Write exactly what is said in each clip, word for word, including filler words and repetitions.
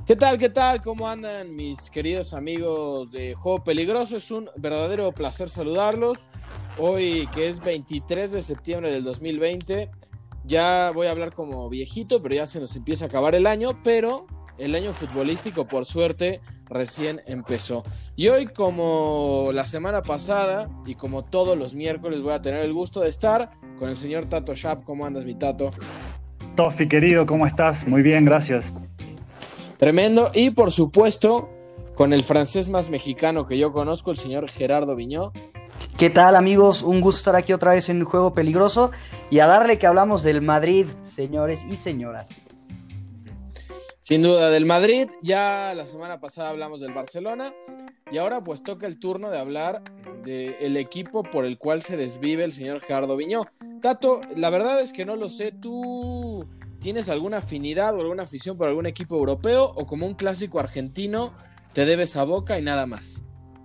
¿Qué tal? ¿Qué tal? ¿Cómo andan mis queridos amigos de Juego Peligroso? Es un verdadero placer saludarlos. Hoy que es veintitrés de septiembre del dos mil veinte, ya voy a hablar como viejito, pero ya se nos empieza a acabar el año, pero el año futbolístico, por suerte, recién empezó. Y hoy, como la semana pasada y como todos los miércoles, voy a tener el gusto de estar con el señor Tato Shap. ¿Cómo andas, mi Tato? Tofi, querido, ¿cómo estás? Muy bien, gracias. Tremendo. Y por supuesto, con el francés más mexicano que yo conozco, el señor Gerardo Viñó. ¿Qué tal, amigos? Un gusto estar aquí otra vez en Juego Peligroso y a darle que hablamos del Madrid, señores y señoras. Sin duda, del Madrid. Ya la semana pasada hablamos del Barcelona y ahora pues toca el turno de hablar del equipo por el cual se desvive el señor Gerardo Viñó. Tato, la verdad es que no lo sé. ¿Tú tienes alguna afinidad o alguna afición por algún equipo europeo o como un clásico argentino te debes a Boca y nada más?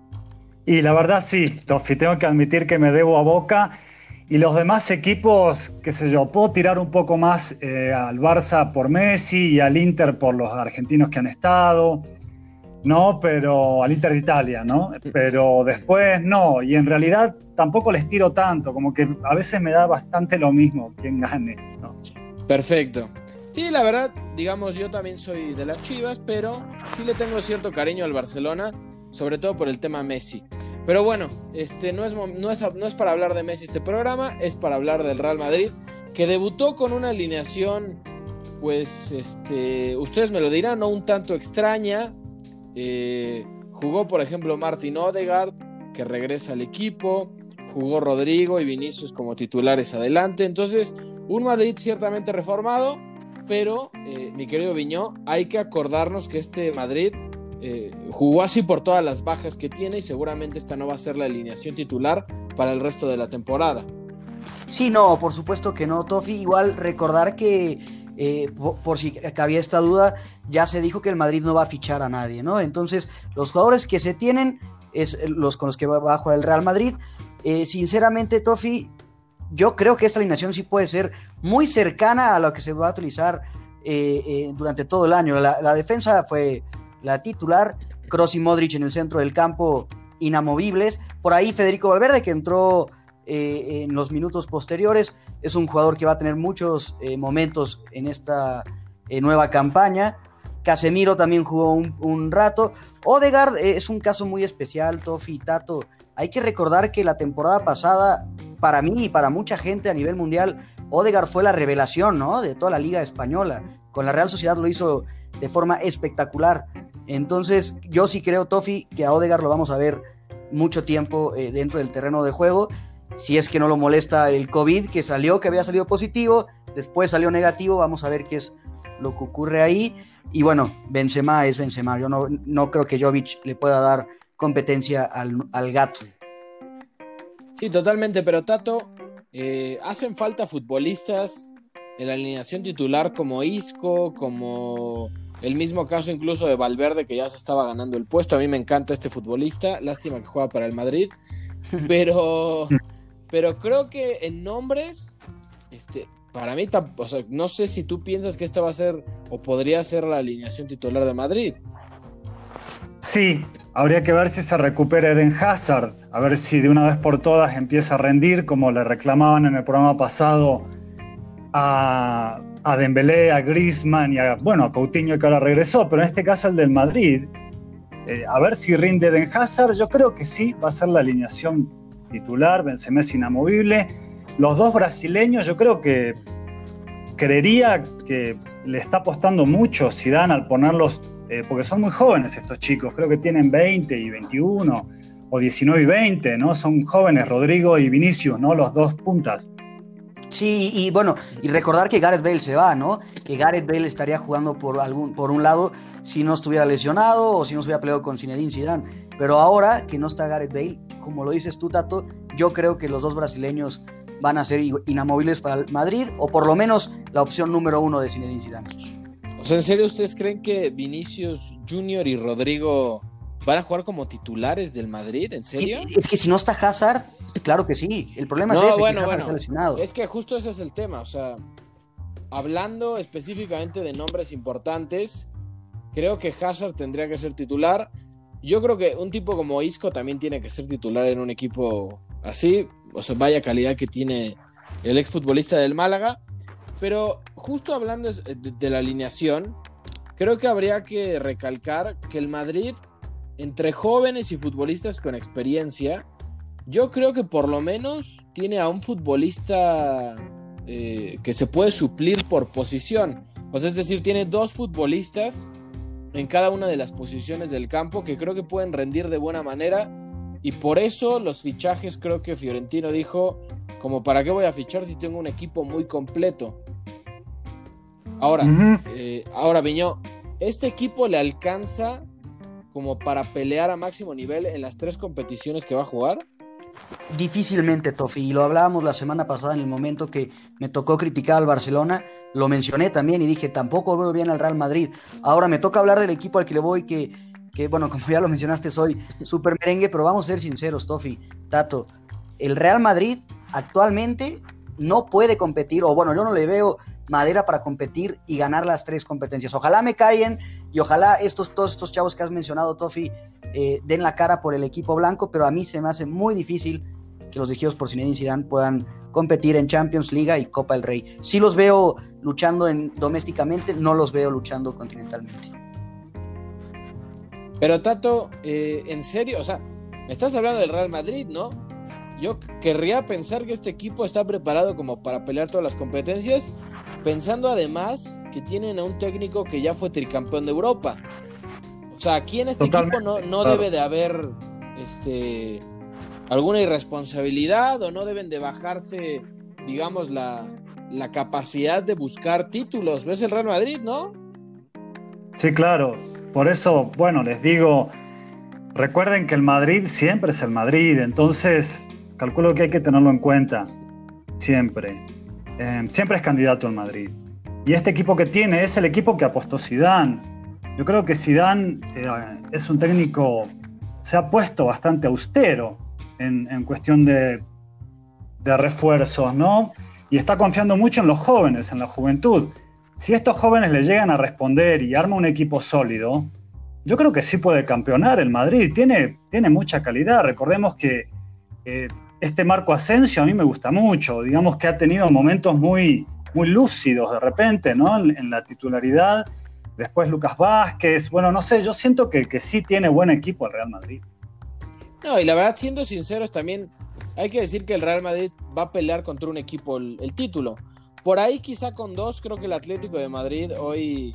Y la verdad sí, Tofi, tengo que admitir que me debo a Boca y los demás equipos, qué sé yo, puedo tirar un poco más eh, al Barça por Messi y al Inter por los argentinos que han estado, ¿no? Pero al Inter de Italia, ¿no? Pero después no, y en realidad tampoco les tiro tanto, como que a veces me da bastante lo mismo quién gane, ¿no? Perfecto. Sí, la verdad, digamos, yo también soy de las Chivas, pero sí le tengo cierto cariño al Barcelona, sobre todo por el tema Messi. Pero bueno, este no es, no es, no es para hablar de Messi este programa, es para hablar del Real Madrid, que debutó con una alineación, pues, este, ustedes me lo dirán, no un tanto extraña. Eh, jugó, por ejemplo, Martin Odegaard, que regresa al equipo, jugó Rodrigo y Vinicius como titulares adelante. Entonces, un Madrid ciertamente reformado, pero, eh, mi querido Viñó, hay que acordarnos que este Madrid Eh, jugó así por todas las bajas que tiene y seguramente esta no va a ser la alineación titular para el resto de la temporada. Sí, no, por supuesto que no, Tofi. Igual recordar que, eh, por, por si cabía esta duda, ya se dijo que el Madrid no va a fichar a nadie, ¿no? Entonces, los jugadores que se tienen es los con los que va, va a jugar el Real Madrid. Eh, sinceramente, Tofi, yo creo que esta alineación sí puede ser muy cercana a lo que se va a utilizar eh, eh, durante todo el año. La, la defensa fue la titular, Kroos y Modric en el centro del campo inamovibles, por ahí Federico Valverde que entró eh, en los minutos posteriores, es un jugador que va a tener muchos eh, momentos en esta eh, nueva campaña. Casemiro también jugó un, un rato. Odegaard eh, es un caso muy especial, Tofi y Tato. Hay que recordar que la temporada pasada, para mí y para mucha gente a nivel mundial, Odegaard fue la revelación, ¿no?, de toda la Liga Española. Con la Real Sociedad lo hizo de forma espectacular. Entonces, yo sí creo, Tofi, que a Odegaard lo vamos a ver mucho tiempo eh, dentro del terreno de juego, si es que no lo molesta el COVID, que salió, que había salido positivo, después salió negativo, vamos a ver qué es lo que ocurre ahí. Y bueno, Benzema es Benzema, yo no, no creo que Jovic le pueda dar competencia al, al gato. Sí, totalmente, pero Tato, eh, hacen falta futbolistas en la alineación titular como Isco, como el mismo caso incluso de Valverde, que ya se estaba ganando el puesto. A mí me encanta este futbolista, lástima que juega para el Madrid, pero, pero creo que en nombres, este, para mí, o sea, no sé si tú piensas que esta va a ser o podría ser la alineación titular de Madrid. Sí, habría que ver si se recupera Eden Hazard, a ver si de una vez por todas empieza a rendir, como le reclamaban en el programa pasado a, a Dembélé, a Griezmann y a, bueno, a Coutinho, que ahora regresó, pero en este caso el del Madrid, eh, a ver si rinde Eden Hazard. Yo creo que sí, va a ser la alineación titular. Benzema es inamovible. Los dos brasileños, yo creo que creería que le está apostando mucho Zidane al ponerlos, eh, porque son muy jóvenes estos chicos, creo que tienen veinte y veintiuno, o diecinueve y veinte, ¿no? Son jóvenes, Rodrigo y Vinicius, ¿no? Los dos puntas. Sí, y bueno, y recordar que Gareth Bale se va, ¿no? Que Gareth Bale estaría jugando por algún, por un lado si no estuviera lesionado o si no se hubiera peleado con Zinedine Zidane. Pero ahora que no está Gareth Bale, como lo dices tú, Tato, yo creo que los dos brasileños van a ser inamovibles para el Madrid, o por lo menos la opción número uno de Zinedine Zidane. O sea, ¿en serio ustedes creen que Vinicius Junior y Rodrigo van a jugar como titulares del Madrid? ¿En serio? Sí, es que si no está Hazard, claro que sí. El problema no, es ese, bueno, que Hazard bueno, está lesionado. Es que justo ese es el tema. O sea, hablando específicamente de nombres importantes, Creo que Hazard tendría que ser titular. Yo creo que un tipo como Isco también tiene que ser titular en un equipo así. O sea, vaya calidad que tiene el exfutbolista del Málaga. Pero justo hablando de, de la alineación, creo que habría que recalcar que el Madrid, entre jóvenes y futbolistas con experiencia, yo creo que por lo menos tiene a un futbolista eh, que se puede suplir por posición. O sea, es decir, tiene dos futbolistas en cada una de las posiciones del campo que creo que pueden rendir de buena manera, y por eso los fichajes, creo que Fiorentino dijo, como para qué voy a fichar si tengo un equipo muy completo. Ahora, uh-huh. eh, ahora Viñó, ¿este equipo le alcanza como para pelear a máximo nivel en las tres competiciones que va a jugar? Difícilmente, Tofi, y lo hablábamos la semana pasada en el momento que me tocó criticar al Barcelona, lo mencioné también y dije, tampoco veo bien al Real Madrid. Ahora me toca hablar del equipo al que le voy, que, que bueno, como ya lo mencionaste, soy súper merengue, pero vamos a ser sinceros, Tofi, Tato, el Real Madrid actualmente no puede competir, o bueno, yo no le veo madera para competir y ganar las tres competencias. Ojalá me callen y ojalá estos, todos estos chavos que has mencionado, Tofi, eh, den la cara por el equipo blanco, pero a mí se me hace muy difícil que los dirigidos por Zinedine Zidane puedan competir en Champions, Liga y Copa del Rey. Sí los veo luchando en, domésticamente, no los veo luchando continentalmente. Pero Tato, eh, en serio, o sea, me estás hablando del Real Madrid, ¿no? Yo querría pensar que este equipo está preparado como para pelear todas las competencias, pensando además que tienen a un técnico que ya fue tricampeón de Europa. O sea, aquí en este Totalmente, equipo no, no claro. debe de haber este, alguna irresponsabilidad, o no deben de bajarse, digamos, la, la capacidad de buscar títulos. ¿Ves el Real Madrid, no? Sí, claro. Por eso, bueno, les digo, recuerden que el Madrid siempre es el Madrid, entonces calculo que hay que tenerlo en cuenta, siempre. Eh, siempre es candidato al Madrid. Y este equipo que tiene es el equipo que apostó Zidane. Yo creo que Zidane eh, es un técnico, se ha puesto bastante austero en, en cuestión de, de refuerzos, ¿no? Y está confiando mucho en los jóvenes, en la juventud. Si estos jóvenes le llegan a responder y arma un equipo sólido, yo creo que sí puede campeonar el Madrid. Tiene, tiene mucha calidad. Recordemos que eh, este Marco Asensio a mí me gusta mucho. Digamos que ha tenido momentos muy, muy lúcidos de repente, ¿no? En, en la titularidad. Después Lucas Vázquez. Bueno, no sé, yo siento que, que sí tiene buen equipo el Real Madrid. No, y la verdad, siendo sinceros, también hay que decir que el Real Madrid va a pelear contra un equipo el, el título. Por ahí quizá con dos, creo que el Atlético de Madrid hoy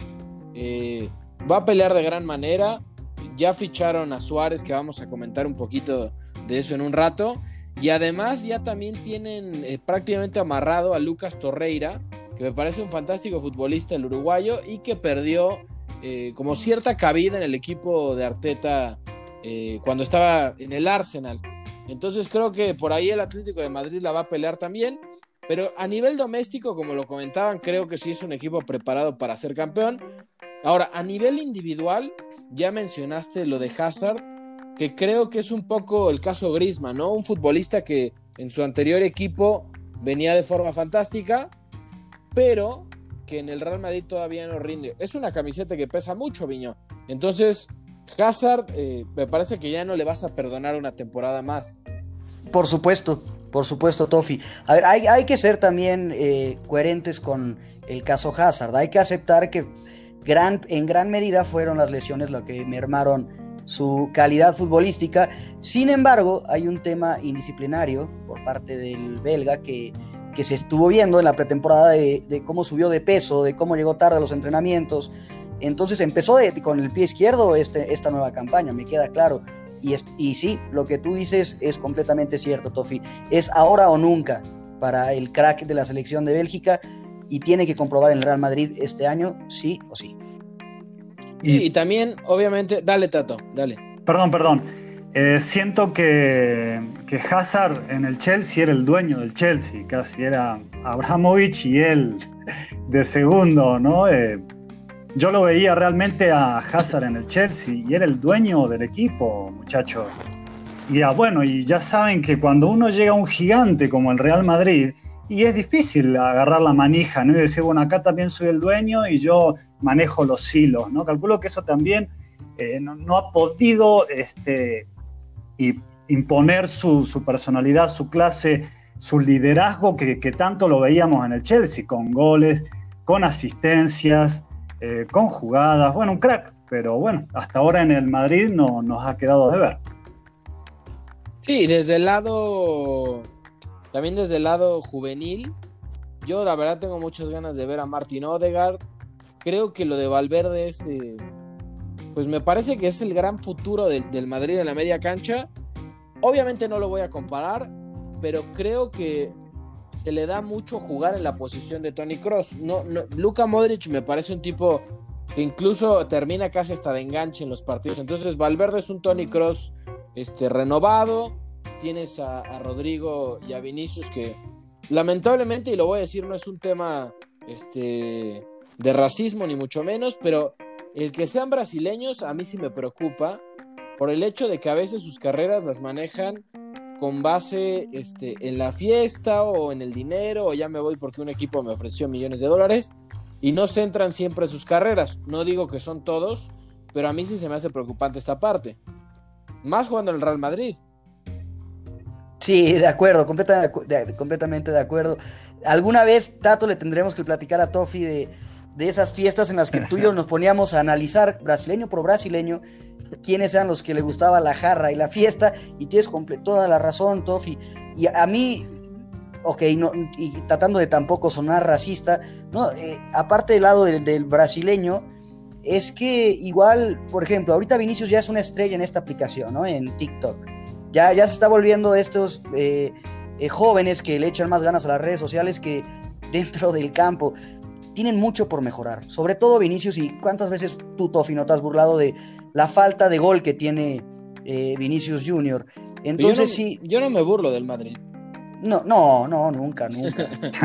eh, va a pelear de gran manera. Ya ficharon a Suárez, que vamos a comentar un poquito de eso en un rato. Y además ya también tienen eh, prácticamente amarrado a Lucas Torreira, que me parece un fantástico futbolista, el uruguayo, y que perdió eh, como cierta cabida en el equipo de Arteta eh, cuando estaba en el Arsenal. Entonces creo que por ahí el Atlético de Madrid la va a pelear también. Pero a nivel doméstico, como lo comentaban, creo que sí es un equipo preparado para ser campeón. Ahora, a nivel individual, ya mencionaste lo de Hazard, que creo que es un poco el caso Griezmann, ¿no? Un futbolista que en su anterior equipo venía de forma fantástica, pero que en el Real Madrid todavía no rinde. Es una camiseta que pesa mucho, Viñó. Entonces, Hazard, eh, me parece que ya no le vas a perdonar una temporada más. Por supuesto. Por supuesto, Tofi. A ver, hay, hay que ser también eh, coherentes con el caso Hazard. Hay que aceptar que gran, en gran medida fueron las lesiones lo que mermaron su calidad futbolística. Sin embargo, hay un tema indisciplinario por parte del belga que, que se estuvo viendo en la pretemporada de, de cómo subió de peso, de cómo llegó tarde a los entrenamientos. Entonces empezó de, con el pie izquierdo este, esta nueva campaña, me queda claro. Y, es, y sí, lo que tú dices es completamente cierto, Tofi. Es ahora o nunca para el crack de la selección de Bélgica y tiene que comprobar en el Real Madrid este año, sí o sí. Y, y también, obviamente, dale, Tato, dale. Perdón, perdón. Eh, siento que, que Hazard en el Chelsea era el dueño del Chelsea, casi era Abramovich y él de segundo, ¿no? Eh, Yo lo veía realmente a Hazard en el Chelsea y era el dueño del equipo, muchachos. Y ah, bueno, y ya saben que cuando uno llega a un gigante como el Real Madrid, y es difícil agarrar la manija, ¿no? Y decir, bueno, acá también soy el dueño y yo manejo los hilos, ¿no? Calculo que eso también eh, no, no ha podido este, y imponer su, su personalidad, su clase, su liderazgo que, que tanto lo veíamos en el Chelsea, con goles, con asistencias, eh, con jugadas, bueno, un crack, pero bueno, hasta ahora en el Madrid no, nos ha quedado de ver. Sí, desde el lado, también desde el lado juvenil, yo la verdad tengo muchas ganas de ver a Martin Odegaard. Creo que lo de Valverde es, eh, pues me parece que es el gran futuro de, del Madrid en la media cancha. Obviamente no lo voy a comparar, pero creo que se le da mucho jugar en la posición de Toni Kroos. No, no, Luka Modric me parece un tipo que incluso termina casi hasta de enganche en los partidos. Entonces Valverde es un Toni Kroos este, renovado. Tienes a, a Rodrigo y a Vinicius que lamentablemente, y lo voy a decir, no es un tema este, de racismo ni mucho menos, pero el que sean brasileños a mí sí me preocupa por el hecho de que a veces sus carreras las manejan con base este, en la fiesta o en el dinero, o ya me voy porque un equipo me ofreció millones de dólares, y no centran siempre sus carreras. No digo que son todos, pero a mí sí se me hace preocupante esta parte. Más jugando en el Real Madrid. Sí, de acuerdo, completa, de, completamente de acuerdo. Alguna vez, Tato, le tendremos que platicar a Tofi de, de esas fiestas en las que tú y yo nos poníamos a analizar, brasileño por brasileño, quiénes eran los que le gustaba la jarra y la fiesta, y tienes comple- toda la razón, Tofi. Y a, a mí, ok, no, y tratando de tampoco sonar racista, no, eh, aparte del lado del, del brasileño, es que igual, por ejemplo, ahorita Vinicius ya es una estrella en esta aplicación, ¿no? En TikTok. Ya, ya se está volviendo estos eh, eh, jóvenes que le echan más ganas a las redes sociales que dentro del campo. Tienen mucho por mejorar, sobre todo Vinicius. Y cuántas veces tú, Tofi, no te has burlado de la falta de gol que tiene eh, Vinicius Junior Entonces yo no, sí. Yo no me burlo del Madrid. No, no, no, nunca, nunca.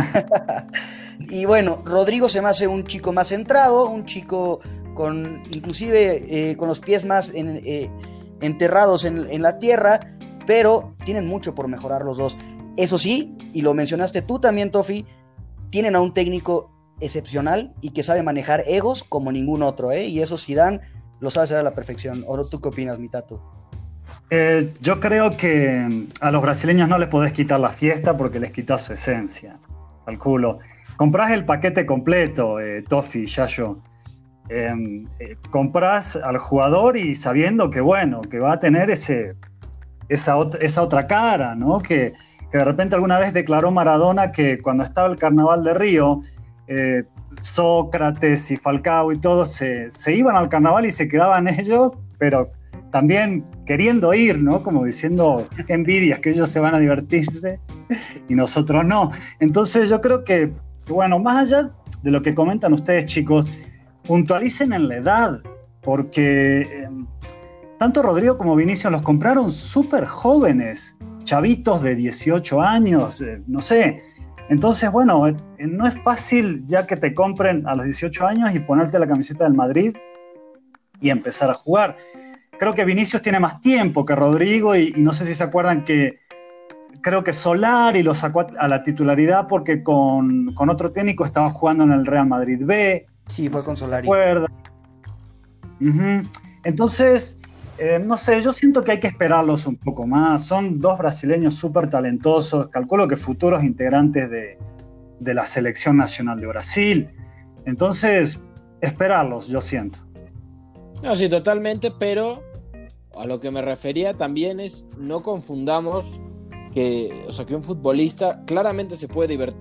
Y bueno, Rodrigo se me hace un chico más centrado, un chico con, inclusive eh, con los pies más en, eh, enterrados en, en la tierra, pero tienen mucho por mejorar los dos. Eso sí, y lo mencionaste tú también, Tofi, tienen a un técnico excepcional y que sabe manejar egos como ningún otro, ¿eh? Y eso Zidane lo sabe hacer a la perfección. ¿O tú qué opinas, mi Tato? Eh, yo creo que a los brasileños no les podés quitar la fiesta porque les quitas su esencia. Calculo. Comprás el paquete completo, eh, Tofi, Yayo. Eh, eh, comprás al jugador y sabiendo que, bueno, que va a tener ese, esa, ot- esa otra cara, ¿no? Que, que de repente alguna vez declaró Maradona que cuando estaba el Carnaval de Río, eh, Sócrates y Falcao y todos se, se iban al carnaval y se quedaban ellos, pero también queriendo ir, ¿no? Como diciendo, qué envidias, que ellos se van a divertirse y nosotros no. Entonces yo creo que, bueno, más allá de lo que comentan ustedes, chicos, puntualicen en la edad, porque eh, tanto Rodrigo como Vinicius los compraron súper jóvenes, chavitos de dieciocho años, eh, no sé. Entonces, bueno, eh, no es fácil ya que te compren a los dieciocho años y ponerte la camiseta del Madrid y empezar a jugar. Creo que Vinicius tiene más tiempo que Rodrigo y, y no sé si se acuerdan que creo que Solari lo sacó a la titularidad porque con, con otro técnico estaba jugando en el Real Madrid B. Sí, fue no con sé si Solari. se acuerdan. Uh-huh. Entonces, eh, no sé, yo siento que hay que esperarlos un poco más. Son dos brasileños súper talentosos, calculo que futuros integrantes de, de la selección nacional de Brasil. Entonces, esperarlos, yo siento. No, sí, totalmente, pero a lo que me refería también es no confundamos que, o sea, que un futbolista claramente se puede divertir,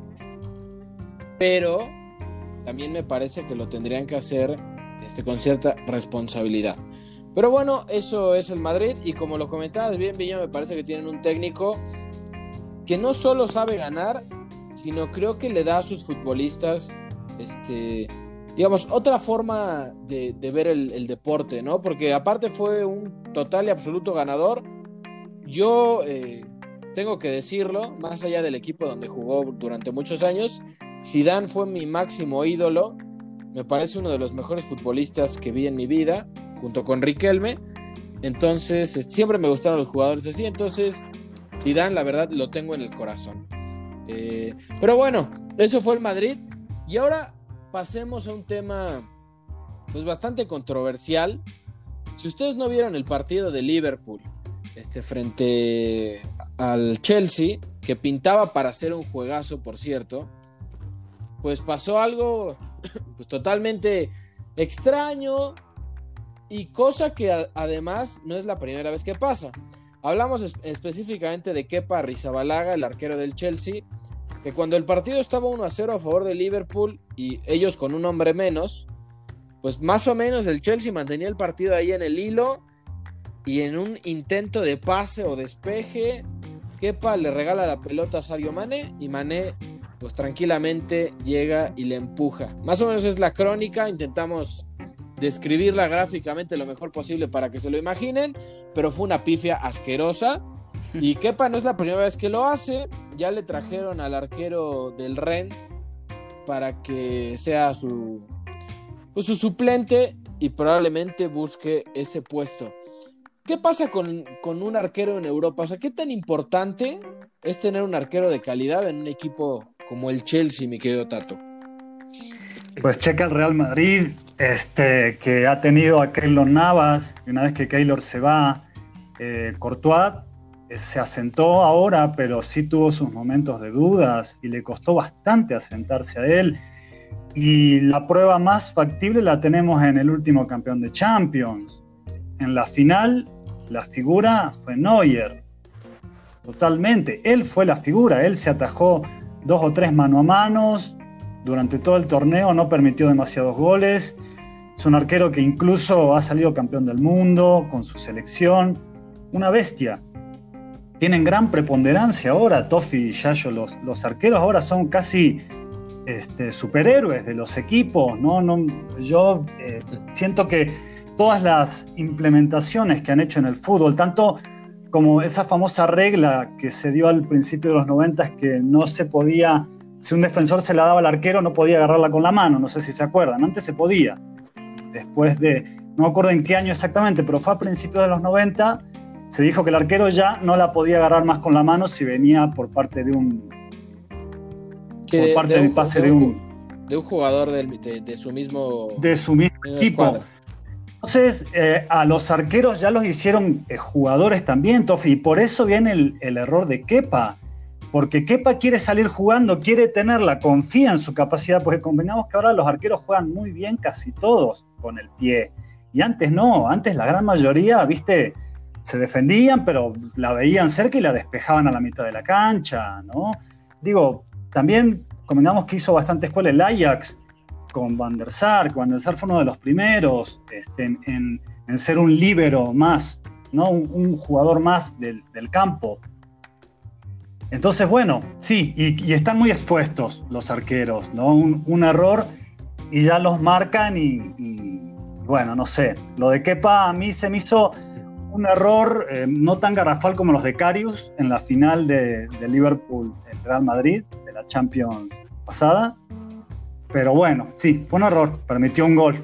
pero también me parece que lo tendrían que hacer este, con cierta responsabilidad. Pero bueno, eso es el Madrid y como lo comentabas bien, Villa, me parece que tienen un técnico que no solo sabe ganar, sino creo que le da a sus futbolistas este, digamos, otra forma de, de ver el, el deporte, ¿no? Porque aparte fue un total y absoluto ganador. Yo eh, tengo que decirlo, más allá del equipo donde jugó durante muchos años, Zidane fue mi máximo ídolo. Me parece uno de los mejores futbolistas que vi en mi vida, junto con Riquelme. Entonces, siempre me gustaron los jugadores así. Entonces, Zidane, la verdad, lo tengo en el corazón. Eh, pero bueno, eso fue el Madrid. Y ahora pasemos a un tema pues bastante controversial. Si ustedes no vieron el partido de Liverpool este, frente al Chelsea, que pintaba para ser un juegazo, por cierto, pues pasó algo pues totalmente extraño y cosa que a, además no es la primera vez que pasa. Hablamos es, específicamente de Kepa Arrizabalaga, el arquero del Chelsea, que cuando el partido estaba uno a cero a favor de Liverpool y ellos con un hombre menos, pues más o menos el Chelsea mantenía el partido ahí en el hilo y en un intento de pase o despeje, Kepa le regala la pelota a Sadio Mané y Mané pues tranquilamente llega y le empuja. Más o menos es la crónica, intentamos describirla gráficamente lo mejor posible para que se lo imaginen, pero fue una pifia asquerosa y Kepa no es la primera vez que lo hace. Ya le trajeron al arquero del Rennes para que sea su, pues su suplente y probablemente busque ese puesto. ¿Qué pasa con, con un arquero en Europa? O sea, ¿qué tan importante es tener un arquero de calidad en un equipo como el Chelsea, mi querido Tato? Pues checa el Real Madrid, este, que ha tenido a Keylor Navas, y una vez que Keylor se va, eh, Courtois eh, se asentó ahora, pero sí tuvo sus momentos de dudas y le costó bastante asentarse a él. Y la prueba más factible la tenemos en el último campeón de Champions. En la final, la figura fue Neuer. Totalmente, él fue la figura, él se atajó dos o tres mano a manos. Durante todo el torneo no permitió demasiados goles. Es un arquero que incluso ha salido campeón del mundo con su selección. Una bestia. Tienen gran preponderancia ahora, Tofi y Yayo. Los, los arqueros ahora son casi este, superhéroes de los equipos, ¿no? No, yo eh, siento que todas las implementaciones que han hecho en el fútbol, tanto como esa famosa regla que se dio al principio de los noventa, que no se podía... Si un defensor se la daba al arquero, no podía agarrarla con la mano, no sé si se acuerdan. Antes se podía. Después de, no me acuerdo en qué año exactamente, pero fue a principios de los noventa, se dijo que el arquero ya no la podía agarrar más con la mano si venía por parte de un... Sí, por de, parte de del un, pase de de un, un... de un jugador del, de, de su mismo... De su mismo equipo. Escuadra. Entonces, eh, a los arqueros ya los hicieron eh, jugadores también, Tofi, y por eso viene el, el error de Kepa. Porque Kepa quiere salir jugando, quiere tenerla, confía en su capacidad, porque convengamos que ahora los arqueros juegan muy bien casi todos con el pie. Y antes no, antes la gran mayoría, viste, se defendían, pero la veían cerca y la despejaban a la mitad de la cancha, ¿no? Digo, también convengamos que hizo bastante escuela el Ajax con Van der Sar. Van der Sar fue uno de los primeros este, en, en, en ser un líbero más, ¿no? Un, un jugador más del, del campo. Entonces, bueno, sí, y, y están muy expuestos los arqueros, ¿no? Un, un error y ya los marcan y, y, bueno, no sé. Lo de Kepa a mí se me hizo un error eh, no tan garrafal como los de Karius en la final de, de Liverpool, el Real Madrid, de la Champions pasada. Pero bueno, sí, fue un error, permitió un gol.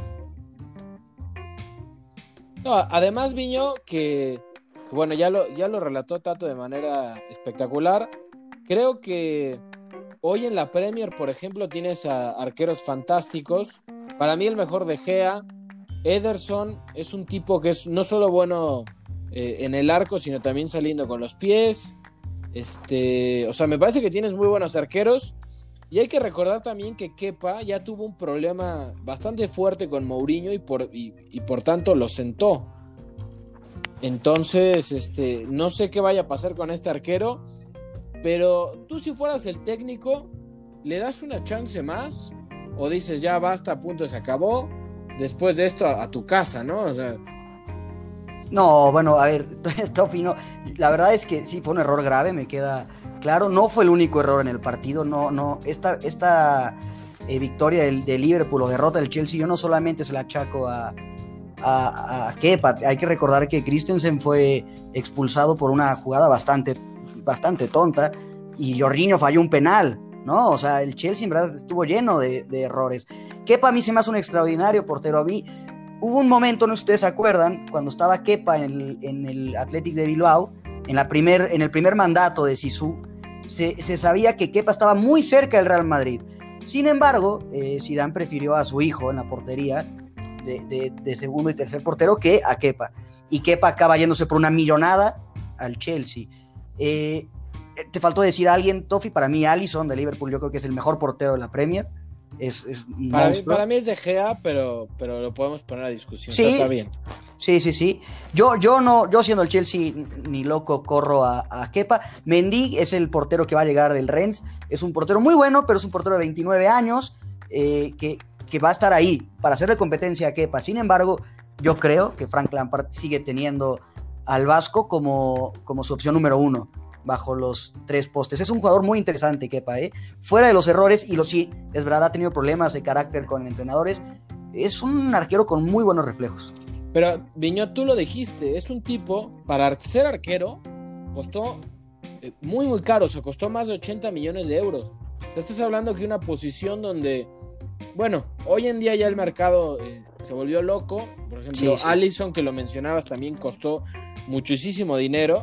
No, además, Viño, que... Bueno, ya lo, ya lo relató Tato de manera espectacular. Creo que hoy en la Premier, por ejemplo, tienes a arqueros fantásticos. Para mí el mejor de Gea. Ederson es un tipo que es no solo bueno eh, en el arco, sino también saliendo con los pies. Este, o sea, me parece que tienes muy buenos arqueros. Y hay que recordar también que Kepa ya tuvo un problema bastante fuerte con Mourinho y por, y, y por tanto lo sentó. Entonces, este, no sé qué vaya a pasar con este arquero, pero tú si fueras el técnico, ¿le das una chance más? ¿O dices ya basta, a punto, se acabó? Después de esto a, a tu casa, ¿no? O sea... No, bueno, a ver, Tofi, no. La verdad es que sí fue un error grave, me queda claro. No fue el único error en el partido, no, no. Esta, esta eh, victoria del, de Liverpool o derrota del Chelsea, yo no solamente se la achaco a... A, a Kepa. Hay que recordar que Christensen fue expulsado por una jugada bastante, bastante tonta y Jorginho falló un penal, ¿no? O sea, el Chelsea en verdad estuvo lleno de, de errores. Kepa a mí se me hace un extraordinario portero. A mí hubo un momento, no sé si ustedes se acuerdan, cuando estaba Kepa en el, en el Athletic de Bilbao, en, la primer, en el primer mandato de Zizou, se, se sabía que Kepa estaba muy cerca del Real Madrid. Sin embargo, eh, Zidane prefirió a su hijo en la portería de, de, de segundo y tercer portero que a Kepa. Y Kepa acaba yéndose por una millonada al Chelsea. Eh, te faltó decir a alguien, Tofi, para mí Alisson de Liverpool, yo creo que es el mejor portero de la Premier. Es, es un para, mí, monstruo. para mí es De Gea, pero, pero lo podemos poner a discusión. Sí, está bien. Sí, sí, sí. Yo, yo no, yo siendo el Chelsea ni loco corro a, a Kepa. Mendy es el portero que va a llegar del Rennes. Es un portero muy bueno, pero es un portero de veintinueve años eh, que, que va a estar ahí para hacerle competencia a Kepa. Sin embargo, yo creo que Frank Lampard sigue teniendo al vasco como, como su opción número uno bajo los tres postes. Es un jugador muy interesante, Kepa, ¿eh? Fuera de los errores, y lo sí, es verdad, ha tenido problemas de carácter con entrenadores. Es un arquero con muy buenos reflejos. Pero, Viñó, tú lo dijiste, es un tipo, para ser arquero, costó eh, muy, muy caro, o sea, costó más de ochenta millones de euros. O sea, estás hablando que una posición donde, bueno, hoy en día ya el mercado eh, se volvió loco. Por ejemplo, sí, sí. Alisson, que lo mencionabas, también costó muchísimo dinero.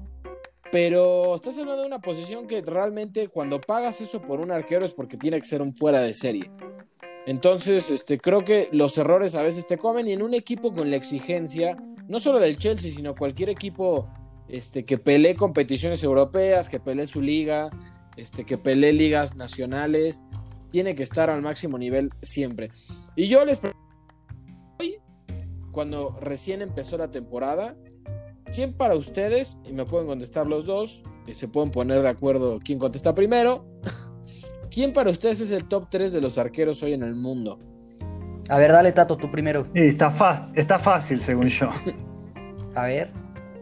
Pero estás hablando de una posición que realmente cuando pagas eso por un arquero es porque tiene que ser un fuera de serie. Entonces, este, creo que los errores a veces te comen, y en un equipo con la exigencia, no solo del Chelsea, sino cualquier equipo este, que pelee competiciones europeas, que pelee su liga, este, que pelee ligas nacionales, tiene que estar al máximo nivel siempre. Y yo les pregunto, hoy, cuando recién empezó la temporada, ¿quién para ustedes, y me pueden contestar los dos, y se pueden poner de acuerdo quién contesta primero, ¿quién para ustedes es el top tres de los arqueros hoy en el mundo? A ver, dale, Tato, tú primero. Sí, está, fa- está fácil, según yo. A ver.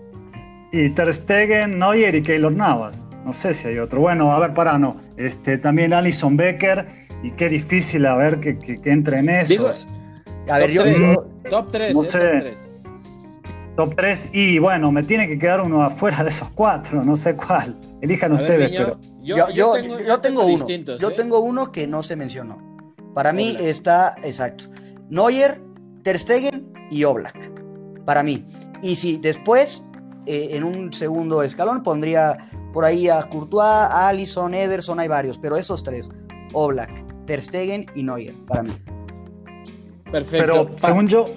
Y Ter Stegen, Neuer y Keylor Navas. No sé si hay otro. Bueno, a ver, pará, no. Este, también Alisson Becker. Y qué difícil, a ver, que, que, que entre en esos. Digo, a ver, yo... Top tres, no eh, sé. top tres. Top tres, y bueno, me tiene que quedar uno afuera de esos cuatro, no sé cuál. Elijan A ustedes, ver, Viñó, pero... Yo, yo, yo tengo, yo tengo uno. Yo ¿eh? tengo uno que no se mencionó. Para mí Oblak. está, exacto, Neuer, Ter Stegen y Oblak. Para mí. Y si después, eh, en un segundo escalón, pondría por ahí a Courtois, a Alisson, Ederson, hay varios, pero esos tres, Oblak, Ter Stegen y Neuer, para mí. Perfecto. Pero Pa- según yo...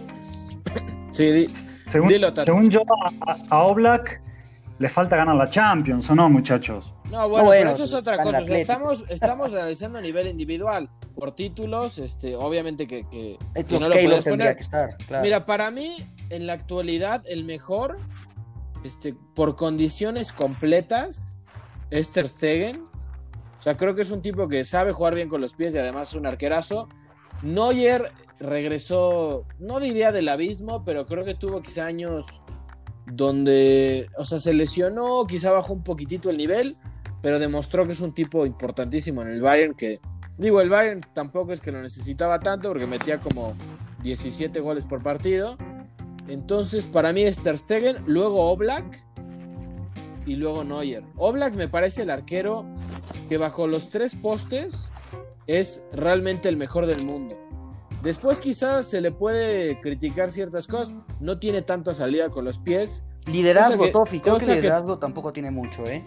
Sí, di, según, dilo, Tato. según yo, a, a Oblak le falta ganar la Champions, ¿o no, muchachos? No, bueno, No, bueno, pero eso es otra está en cosa. el O sea, Atlético. estamos, estamos analizando a nivel individual. Por títulos, este, obviamente que, que, que Entonces, no lo Keylor puedes tendría poner. que estar, claro. Mira, para mí, en la actualidad, el mejor, este, por condiciones completas, es Ter Stegen. O sea, creo que es un tipo que sabe jugar bien con los pies y además es un arquerazo. Neuer regresó, no diría del abismo, pero creo que tuvo quizá años donde, o sea, se lesionó, quizá bajó un poquitito el nivel, pero demostró que es un tipo importantísimo en el Bayern, que, digo, el Bayern tampoco es que lo necesitaba tanto, porque metía como diecisiete goles por partido. Entonces, para mí es Ter Stegen, luego Oblak y luego Neuer. Oblak me parece el arquero que bajo los tres postes es realmente el mejor del mundo. Después quizás se le puede criticar ciertas cosas, no tiene tanta salida con los pies. Liderazgo, que, Tofi, creo que que liderazgo tampoco tiene mucho, ¿eh?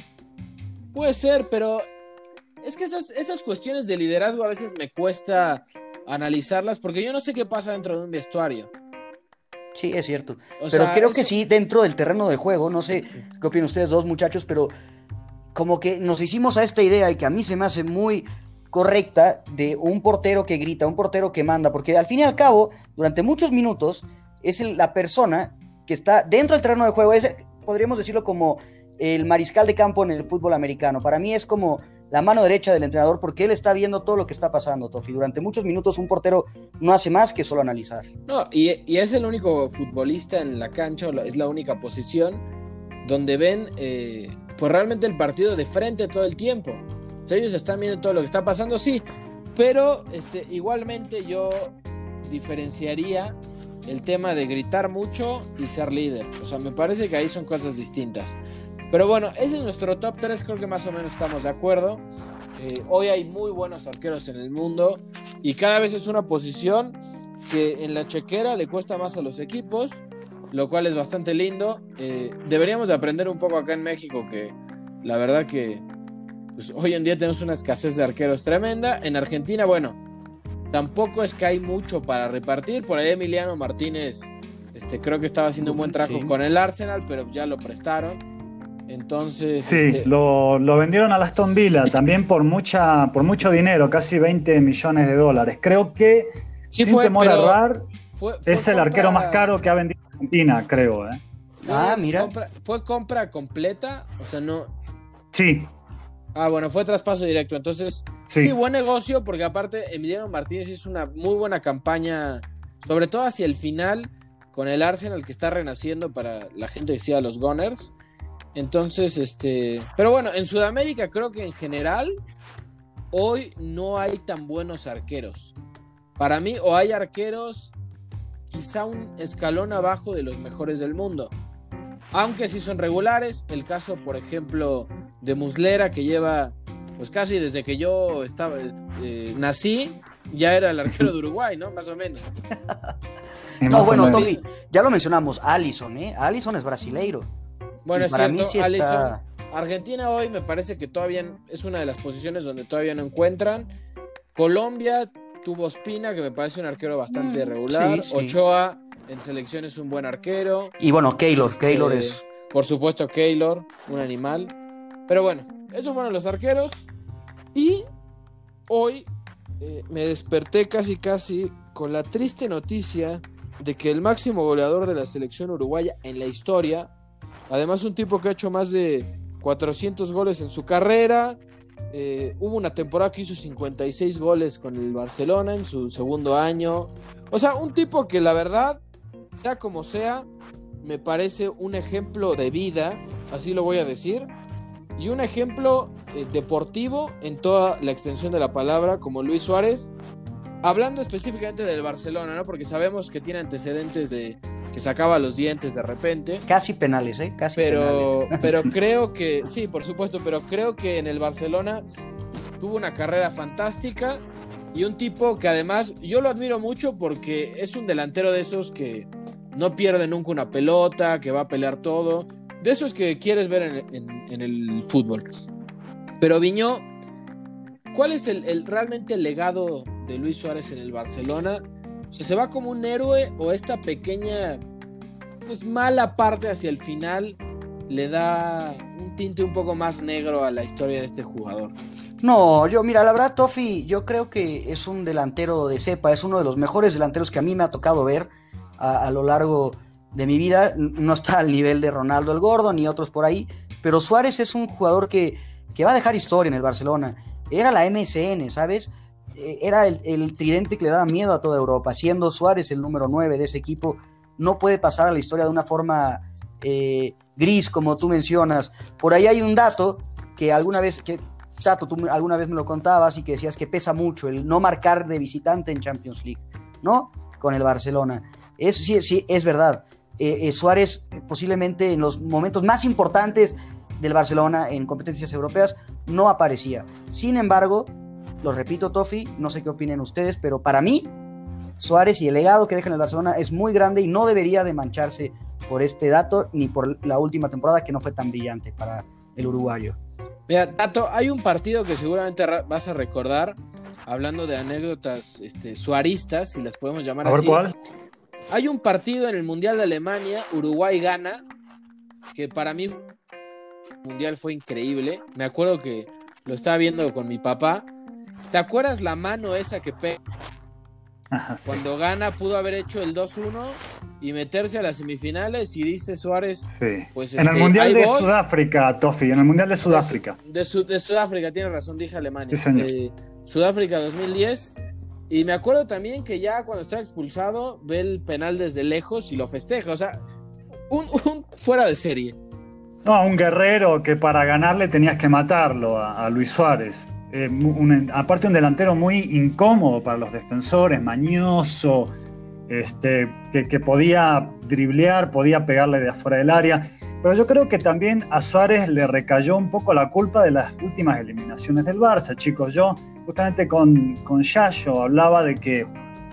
Puede ser, pero es que esas, esas cuestiones de liderazgo a veces me cuesta analizarlas, porque yo no sé qué pasa dentro de un vestuario. Sí, es cierto. O pero sea, creo eso... que sí, dentro del terreno de juego, no sé qué opinan ustedes dos, muchachos, pero como que nos hicimos a esta idea y que a mí se me hace muy correcta de un portero que grita, un portero que manda, porque al fin y al cabo, durante muchos minutos, es el, la persona que está dentro del terreno de juego, es, podríamos decirlo como el mariscal de campo en el fútbol americano. Para mí es como la mano derecha del entrenador, porque él está viendo todo lo que está pasando, Tofi. Durante muchos minutos un portero no hace más que solo analizar. No, y, y es el único futbolista en la cancha, es la única posición donde ven eh, pues realmente el partido de frente todo el tiempo. O sea, ellos están viendo todo lo que está pasando, sí, pero este, igualmente yo diferenciaría el tema de gritar mucho y ser líder. O sea, me parece que ahí son cosas distintas. Pero bueno, ese es nuestro top tres, creo que más o menos estamos de acuerdo. Eh, hoy hay muy buenos arqueros en el mundo y cada vez es una posición que en la chequera le cuesta más a los equipos, lo cual es bastante lindo. Eh, deberíamos de aprender un poco acá en México, que la verdad que pues hoy en día tenemos una escasez de arqueros tremenda. En Argentina, bueno, tampoco es que hay mucho para repartir. Por ahí Emiliano Martínez, este, creo que estaba haciendo un buen trabajo sí. con el Arsenal, pero ya lo prestaron. Entonces. Sí, este... lo, lo vendieron a Aston Villa también por mucha, por mucho dinero, casi veinte millones de dólares. Creo que, sí, sin fue, temor a errar, fue, fue es compra... el arquero más caro que ha vendido Argentina, creo. ¿eh? Ah, mira. Compra, ¿Fue compra completa? O sea, no. Sí. Ah, bueno, fue traspaso directo. Entonces, sí, sí buen negocio, porque aparte Emiliano Martínez hizo una muy buena campaña, sobre todo hacia el final, con el Arsenal, que está renaciendo para la gente que siga a los Gunners. Entonces, este... Pero bueno, en Sudamérica creo que en general hoy no hay tan buenos arqueros. Para mí, o hay arqueros quizá un escalón abajo de los mejores del mundo. Aunque sí son regulares. El caso, por ejemplo, de Muslera, que lleva, pues casi desde que yo estaba eh, nací, ya era el arquero de Uruguay, ¿no? Más o menos. No, bueno, Toby, ya lo mencionamos, Alisson, ¿eh? Alisson es brasileiro. Bueno, y es para cierto, mí sí Alisson, está... Argentina hoy me parece que todavía es una de las posiciones donde todavía no encuentran. Colombia tuvo Ospina, que me parece un arquero bastante mm, regular. Sí, sí. Ochoa en selección es un buen arquero. Y bueno, Keylor, este, Keylor es... Por supuesto, Keylor, un animal. Pero bueno, esos fueron los arqueros. Y hoy eh, me desperté casi casi con la triste noticia de que el máximo goleador de la selección uruguaya en la historia, además un tipo que ha hecho más de cuatrocientos goles en su carrera, eh, hubo una temporada que hizo cincuenta y seis goles con el Barcelona en su segundo año. O sea, un tipo que la verdad, sea como sea, me parece un ejemplo de vida, así lo voy a decir, y un ejemplo eh, deportivo en toda la extensión de la palabra, como Luis Suárez, hablando específicamente del Barcelona, ¿no? Porque sabemos que tiene antecedentes de que sacaba los dientes de repente. Casi penales, ¿eh? Casi pero, penales. Pero creo que, sí, por supuesto, pero creo que en el Barcelona tuvo una carrera fantástica y un tipo que además yo lo admiro mucho porque es un delantero de esos que no pierde nunca una pelota, que va a pelear todo, de esos que quieres ver en, en, en el fútbol. Pero Viñó, ¿cuál es el, el realmente el legado de Luis Suárez en el Barcelona? O sea, ¿se va como un héroe o esta pequeña, pues mala parte hacia el final le da un tinte un poco más negro a la historia de este jugador? No, yo, mira, la verdad, Tofi, yo creo que es un delantero de cepa, es uno de los mejores delanteros que a mí me ha tocado ver a, a lo largo de mi vida. No está al nivel de Ronaldo el Gordo ni otros por ahí, pero Suárez es un jugador que, que va a dejar historia en el Barcelona. Era la M S N, ¿sabes? Era el, el tridente que le daba miedo a toda Europa. Siendo Suárez el número nueve de ese equipo, no puede pasar a la historia de una forma eh, gris, como tú mencionas. Por ahí hay un dato que alguna vez, que Tato, tú alguna vez me lo contabas y que decías que pesa mucho el no marcar de visitante en Champions League, ¿no? Con el Barcelona. Es, sí, sí, es verdad. Eh, eh, Suárez posiblemente en los momentos más importantes del Barcelona en competencias europeas no aparecía. Sin embargo, lo repito, Tofi, no sé qué opinen ustedes, pero para mí, Suárez y el legado que deja en el Barcelona es muy grande y no debería de mancharse por este dato ni por la última temporada que no fue tan brillante para el uruguayo. Mira, Tato, hay un partido que seguramente vas a recordar, hablando de anécdotas este, suaristas, si las podemos llamar así. A ver, ¿cuál? Hay un partido en el Mundial de Alemania, Uruguay-Gana, que para mí el Mundial fue increíble. Me acuerdo que lo estaba viendo con mi papá. ¿Te acuerdas la mano esa que pega? Ajá, sí. Cuando Gana pudo haber hecho el dos uno y meterse a las semifinales y dice Suárez... Sí. Pues, en este, el Mundial de voy. Sudáfrica, Tofi, en el Mundial de Sudáfrica. De, de, Su, de Sudáfrica, tienes razón, dije Alemania. Sí, señor. Eh, Sudáfrica dos mil diez. Y me acuerdo también que ya cuando estaba expulsado, ve el penal desde lejos y lo festeja. O sea, un, un fuera de serie. No, un guerrero que para ganarle tenías que matarlo a, a Luis Suárez. Eh, un, aparte un delantero muy incómodo para los defensores, mañoso, este, que, que podía driblear, podía pegarle de afuera del área. Pero yo creo que también a Suárez le recayó un poco la culpa de las últimas eliminaciones del Barça, chicos. Yo justamente con, con Yayo hablaba de que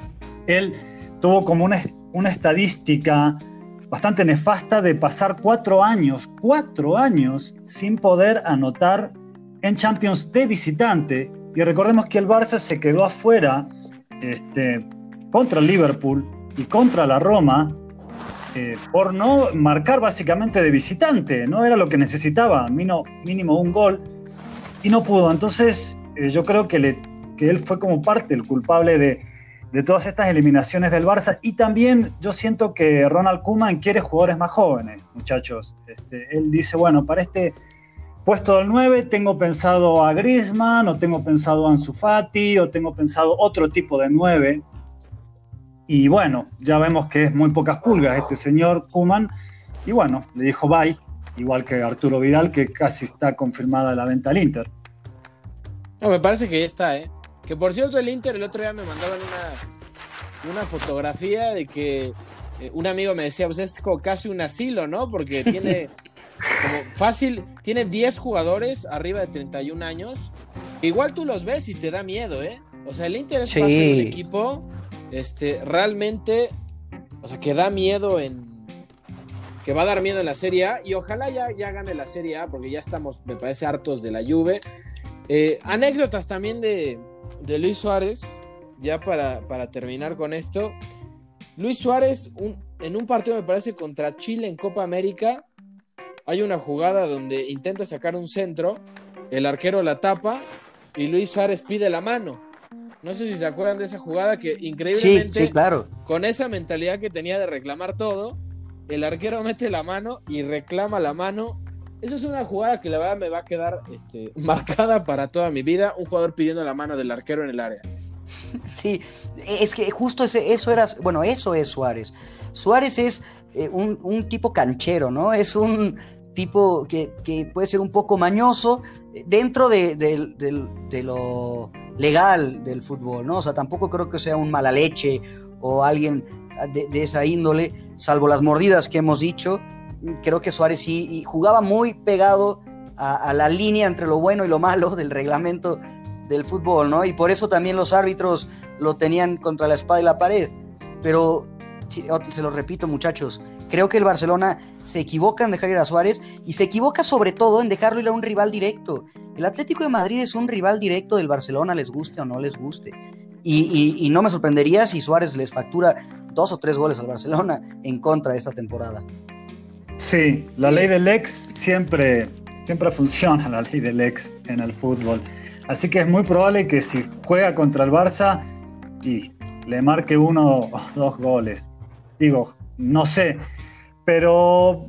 él tuvo como una, una estadística bastante nefasta de pasar cuatro años, cuatro años sin poder anotar en Champions de visitante. Y recordemos que el Barça se quedó afuera este, contra el Liverpool y contra la Roma eh, por no marcar básicamente de visitante. No era lo que necesitaba, mínimo, mínimo un gol, y no pudo. Entonces eh, yo creo que, le, que él fue como parte el culpable de, de todas estas eliminaciones del Barça. Y también yo siento que Ronald Koeman quiere jugadores más jóvenes, muchachos. Este, él dice, bueno, para este puesto del nueve tengo pensado a Griezmann, o tengo pensado a Ansu Fati, o tengo pensado otro tipo de nueve. Y bueno, ya vemos que es muy pocas pulgas este señor Koeman. Y bueno, le dijo bye, igual que Arturo Vidal, que casi está confirmada la venta al Inter. No, me parece que ya está, ¿eh? Que por cierto, el Inter el otro día me mandaban una, una fotografía de que eh, un amigo me decía, pues es como casi un asilo, ¿no? Porque tiene... como fácil, tiene diez jugadores arriba de treinta y un años. Igual tú los ves y te da miedo, ¿eh? O sea, el Inter es Sí. un equipo este, realmente, o sea, que da miedo en... que va a dar miedo en la Serie A, y ojalá ya, ya gane la Serie A, porque ya estamos, me parece, hartos de la Juve. Eh, anécdotas también de, de Luis Suárez, ya para, para terminar con esto. Luis Suárez, un, en un partido, me parece, contra Chile en Copa América, hay una jugada donde intenta sacar un centro, el arquero la tapa y Luis Suárez pide la mano. No sé si se acuerdan de esa jugada, que increíblemente, Sí, sí, claro. con esa mentalidad que tenía de reclamar todo, el arquero mete la mano y reclama la mano. Eso es una jugada que la verdad me va a quedar este, marcada para toda mi vida, un jugador pidiendo la mano del arquero en el área. Sí, es que justo ese, eso era, bueno, eso es Suárez. Suárez es eh, un, un tipo canchero, ¿no? Es un tipo que, que puede ser un poco mañoso dentro de, de, de, de lo legal del fútbol, ¿no? O sea, tampoco creo que sea un mala leche o alguien de, de esa índole, salvo las mordidas que hemos dicho. Creo que Suárez sí y jugaba muy pegado a, a la línea entre lo bueno y lo malo del reglamento del fútbol, ¿no? Y por eso también los árbitros lo tenían contra la espada y la pared. Pero, se lo repito, muchachos, creo que el Barcelona se equivoca en dejar ir a Suárez, y se equivoca sobre todo en dejarlo ir a un rival directo. El Atlético de Madrid es un rival directo del Barcelona, les guste o no les guste. Y, y, y no me sorprendería si Suárez les factura dos o tres goles al Barcelona en contra de esta temporada. Sí, la Sí. ley del ex siempre, siempre funciona, la ley del ex en el fútbol. Así que es muy probable que si juega contra el Barça y le marque uno o dos goles. Digo, no sé, pero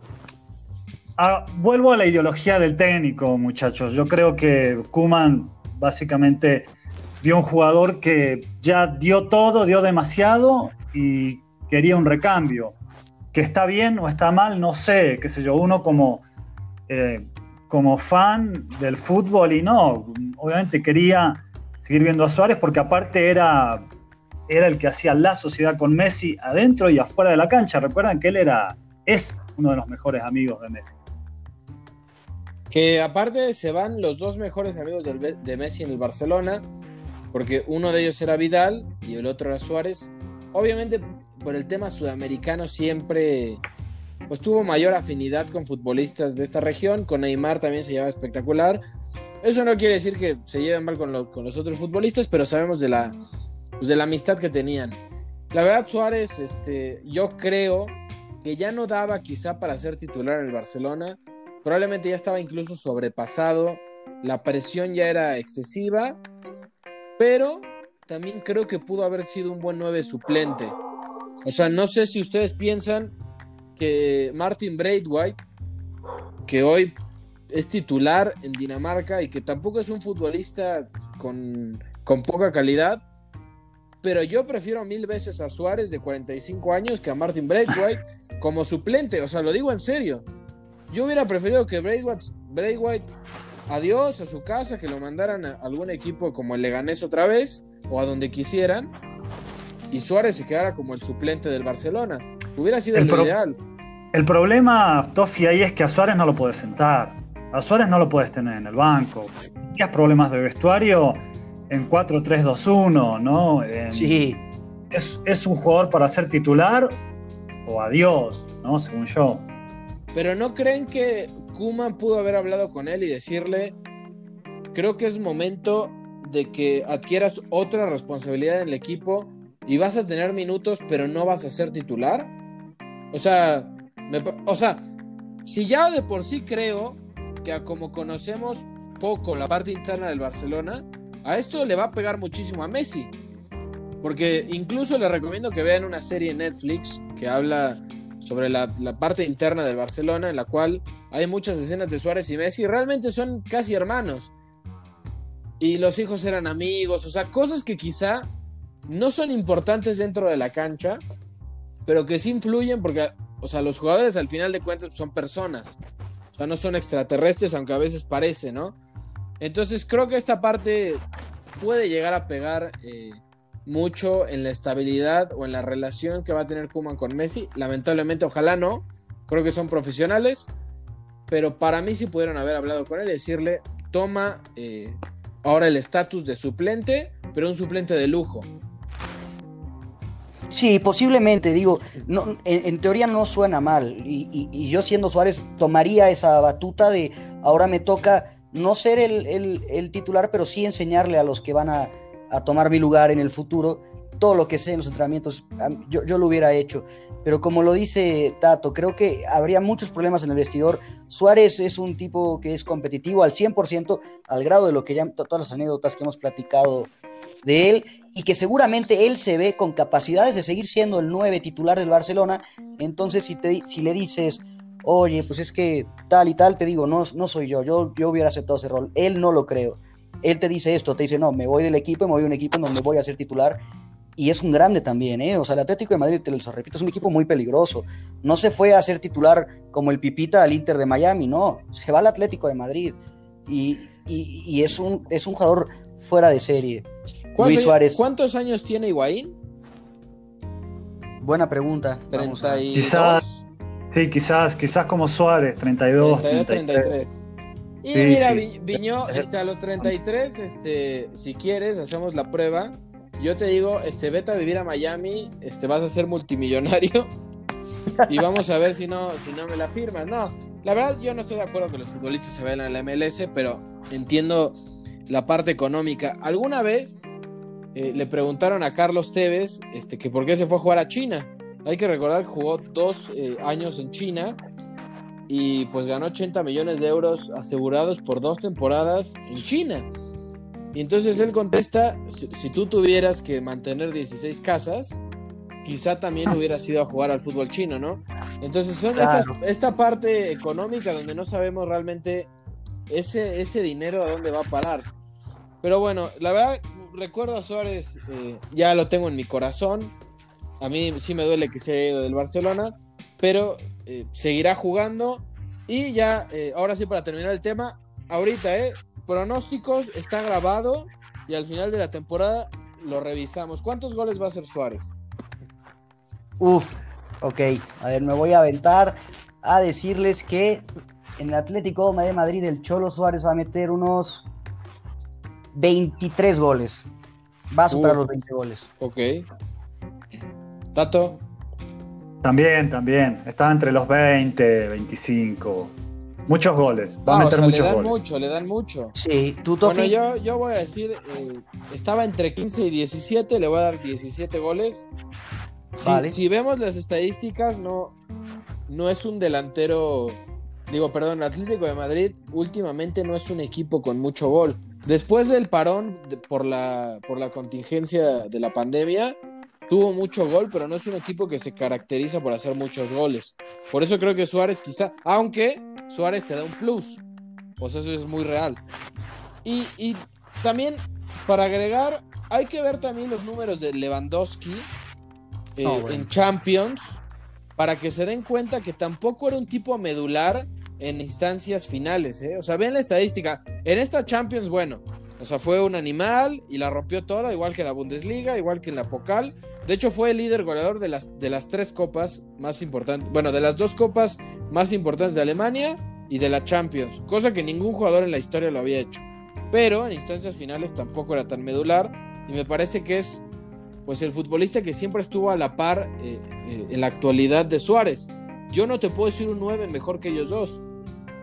ah, vuelvo a la ideología del técnico, muchachos. Yo creo que Koeman básicamente vio un jugador que ya dio todo, dio demasiado y quería un recambio. Que está bien o está mal, no sé, qué sé yo, uno como... Eh, como fan del fútbol, y no, obviamente quería seguir viendo a Suárez porque aparte era, era el que hacía la sociedad con Messi adentro y afuera de la cancha. Recuerdan que él era, es uno de los mejores amigos de Messi. Que aparte se van los dos mejores amigos del, de Messi en el Barcelona, porque uno de ellos era Vidal y el otro era Suárez. Obviamente por el tema sudamericano siempre pues tuvo mayor afinidad con futbolistas de esta región. Con Neymar también se llevaba espectacular. Eso no quiere decir que se lleven mal con los, con los otros futbolistas, pero sabemos de la, pues de la amistad que tenían. La verdad, Suárez, este, yo creo que ya no daba quizá para ser titular en el Barcelona. Probablemente ya estaba incluso sobrepasado. La presión ya era excesiva, pero también creo que pudo haber sido un buen nueve suplente. O sea, no sé si ustedes piensan que Martin Braithwaite, que hoy es titular en Dinamarca y que tampoco es un futbolista con, con poca calidad, pero yo prefiero mil veces a Suárez de cuarenta y cinco años que a Martin Braithwaite como suplente. O sea, lo digo en serio. Yo hubiera preferido que Braithwaite, Braithwaite adiós a su casa, que lo mandaran a algún equipo como el Leganés otra vez o a donde quisieran, y Suárez se quedara como el suplente del Barcelona. Hubiera sido El lo pro- ideal. El problema, Tofi, ahí es que a Suárez no lo puedes sentar. A Suárez no lo puedes tener en el banco. Tienes problemas de vestuario en cuatro tres dos uno, ¿no? En- Sí, es, es un jugador para ser titular o adiós, ¿no? Según yo. Pero ¿no creen que Koeman pudo haber hablado con él y decirle, creo que es momento de que adquieras otra responsabilidad en el equipo y vas a tener minutos, pero no vas a ser titular. O sea, me, o sea, si ya de por sí creo que a como conocemos poco la parte interna del Barcelona, a esto le va a pegar muchísimo a Messi. Porque incluso le recomiendo que vean una serie en Netflix que habla sobre la, la parte interna del Barcelona, en la cual hay muchas escenas de Suárez y Messi, y realmente son casi hermanos. Y los hijos eran amigos, o sea, cosas que quizá no son importantes dentro de la cancha, pero que sí influyen porque, o sea, los jugadores al final de cuentas son personas. O sea, no son extraterrestres, aunque a veces parece, ¿no? Entonces creo que esta parte puede llegar a pegar eh, mucho en la estabilidad o en la relación que va a tener Koeman con Messi. Lamentablemente, ojalá no. Creo que son profesionales, pero para mí sí pudieron haber hablado con él y decirle, toma eh, ahora el estatus de suplente, pero un suplente de lujo. Sí, posiblemente, digo, no, en, en teoría no suena mal, y, y, y yo siendo Suárez tomaría esa batuta de ahora me toca no ser el, el, el titular, pero sí enseñarle a los que van a, a tomar mi lugar en el futuro todo lo que sé en los entrenamientos. Yo, yo lo hubiera hecho, pero como lo dice Tato, creo que habría muchos problemas en el vestidor. Suárez es un tipo que es competitivo al cien por ciento, al grado de lo que ya todas las anécdotas que hemos platicado de él, y que seguramente él se ve con capacidades de seguir siendo el nueve titular del Barcelona. Entonces si, te, si le dices, oye, pues es que tal y tal, te digo, no, no soy yo, yo, yo hubiera aceptado ese rol. Él no lo creo. Él te dice esto, te dice, no, me voy del equipo y me voy a un equipo en donde voy a ser titular, y es un grande también, ¿eh? O sea, el Atlético de Madrid, te lo repito, es un equipo muy peligroso. No se fue a ser titular como el Pipita al Inter de Miami, no, se va al Atlético de Madrid, y, y, y es, un, es un jugador fuera de serie. Luis Suárez. ¿Cuántos años tiene Higuaín? Buena pregunta. treinta y dos. Quizás, sí, quizás, quizás como Suárez, treinta y dos, treinta y tres. treinta y tres. Y Sí, mira, sí. Viñó, este, a los treinta y tres, este, si quieres, hacemos la prueba. Yo te digo, este, vete a vivir a Miami, este, vas a ser multimillonario y vamos a ver si no, si no me la firmas. No, la verdad yo no estoy de acuerdo que los futbolistas se vayan a la M L S, pero entiendo la parte económica. ¿Alguna vez eh, le preguntaron a Carlos Tevez este, que por qué se fue a jugar a China? Hay que recordar que jugó dos eh, años en China y pues ganó ochenta millones de euros asegurados por dos temporadas en China. Y entonces él contesta, si, si tú tuvieras que mantener dieciséis casas, quizá también hubieras ido a jugar al fútbol chino, ¿no? Entonces son Claro. estas, esta parte económica donde no sabemos realmente ese, ese dinero a dónde va a parar. Pero bueno, la verdad, recuerdo a Suárez, eh, ya lo tengo en mi corazón. A mí sí me duele que se haya ido del Barcelona, pero eh, seguirá jugando. Y ya, eh, ahora sí, para terminar el tema, ahorita, eh, pronósticos, está grabado y al final de la temporada lo revisamos. ¿Cuántos goles va a hacer Suárez? Uf, ok, a ver, me voy a aventar a decirles que en el Atlético de Madrid el Cholo Suárez va a meter unos veintitrés goles. Va a superar Uf. los veinte goles. Ok. Tato. También, también. Está entre los veinte, veinticinco. Muchos goles. Va Ah, a o meter sea, muchos le dan goles. mucho, le dan mucho. Sí, tú, Bueno, Tofi. yo, yo voy a decir, eh, estaba entre quince y diecisiete, le voy a dar diecisiete goles. Si, Vale. si vemos las estadísticas, no, no es un delantero, digo, perdón, Atlético de Madrid últimamente no es un equipo con mucho gol. Después del parón de- por la, por la contingencia de la pandemia, tuvo mucho gol, pero no es un equipo que se caracteriza por hacer muchos goles. Por eso creo que Suárez quizá, aunque Suárez te da un plus, pues eso es muy real. Y, y también, para agregar, hay que ver también los números de Lewandowski eh, Oh, bueno. en Champions, para que se den cuenta que tampoco era un tipo medular en instancias finales, ¿eh? O sea, ven la estadística. En esta Champions, bueno, o sea, fue un animal y la rompió toda, igual que en la Bundesliga, igual que en la Pokal. De hecho, fue el líder goleador de las, de las tres copas más importantes, bueno, de las dos copas más importantes de Alemania y de la Champions, cosa que ningún jugador en la historia lo había hecho. Pero en instancias finales tampoco era tan medular y me parece que es pues el futbolista que siempre estuvo a la par eh, eh, en la actualidad de Suárez. Yo no te puedo decir un nueve mejor que ellos dos.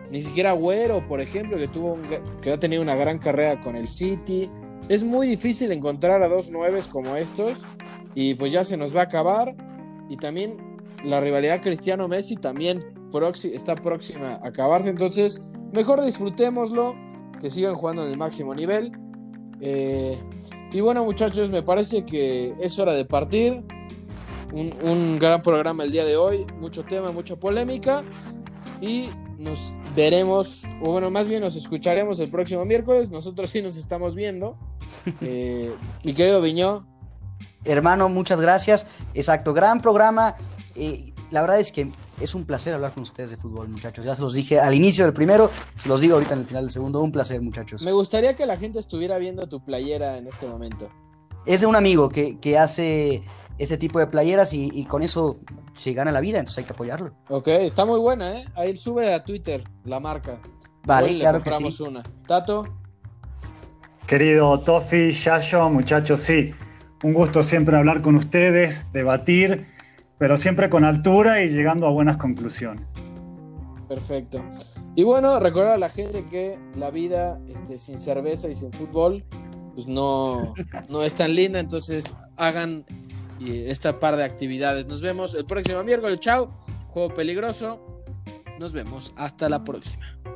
Ni siquiera Agüero, por ejemplo, que, tuvo un, que ha tenido una gran carrera con el City. Es muy difícil encontrar a dos nueves como estos. Y pues ya se nos va a acabar. Y también la rivalidad Cristiano-Messi también proxi- está próxima a acabarse. Entonces, mejor disfrutémoslo. Que sigan jugando en el máximo nivel. Eh, y bueno, muchachos, me parece que es hora de partir. Un, un gran programa el día de hoy. Mucho tema, mucha polémica. Y nos veremos, o bueno, más bien nos escucharemos el próximo miércoles. Nosotros sí nos estamos viendo. Eh, mi querido Viñó. Hermano, muchas gracias. Exacto, gran programa. Eh, la verdad es que es un placer hablar con ustedes de fútbol, muchachos. Ya se los dije al inicio del primero, se los digo ahorita en el final del segundo. Un placer, muchachos. Me gustaría que la gente estuviera viendo tu playera en este momento. Es de un amigo que, que hace ese tipo de playeras y, y con eso se gana la vida, entonces hay que apoyarlo. Ok, está muy buena, ¿eh? Ahí sube a Twitter la marca. Vale, Igual claro le que compramos sí. una. Tato. Querido Tofi, Yayo, muchachos, sí, un gusto siempre hablar con ustedes, debatir, pero siempre con altura y llegando a buenas conclusiones. Perfecto. Y bueno, recordar a la gente que la vida este, sin cerveza y sin fútbol pues no, no es tan linda, entonces hagan esta par de actividades. Nos vemos el próximo miércoles. Chao. Juego peligroso. Nos vemos. Hasta la próxima.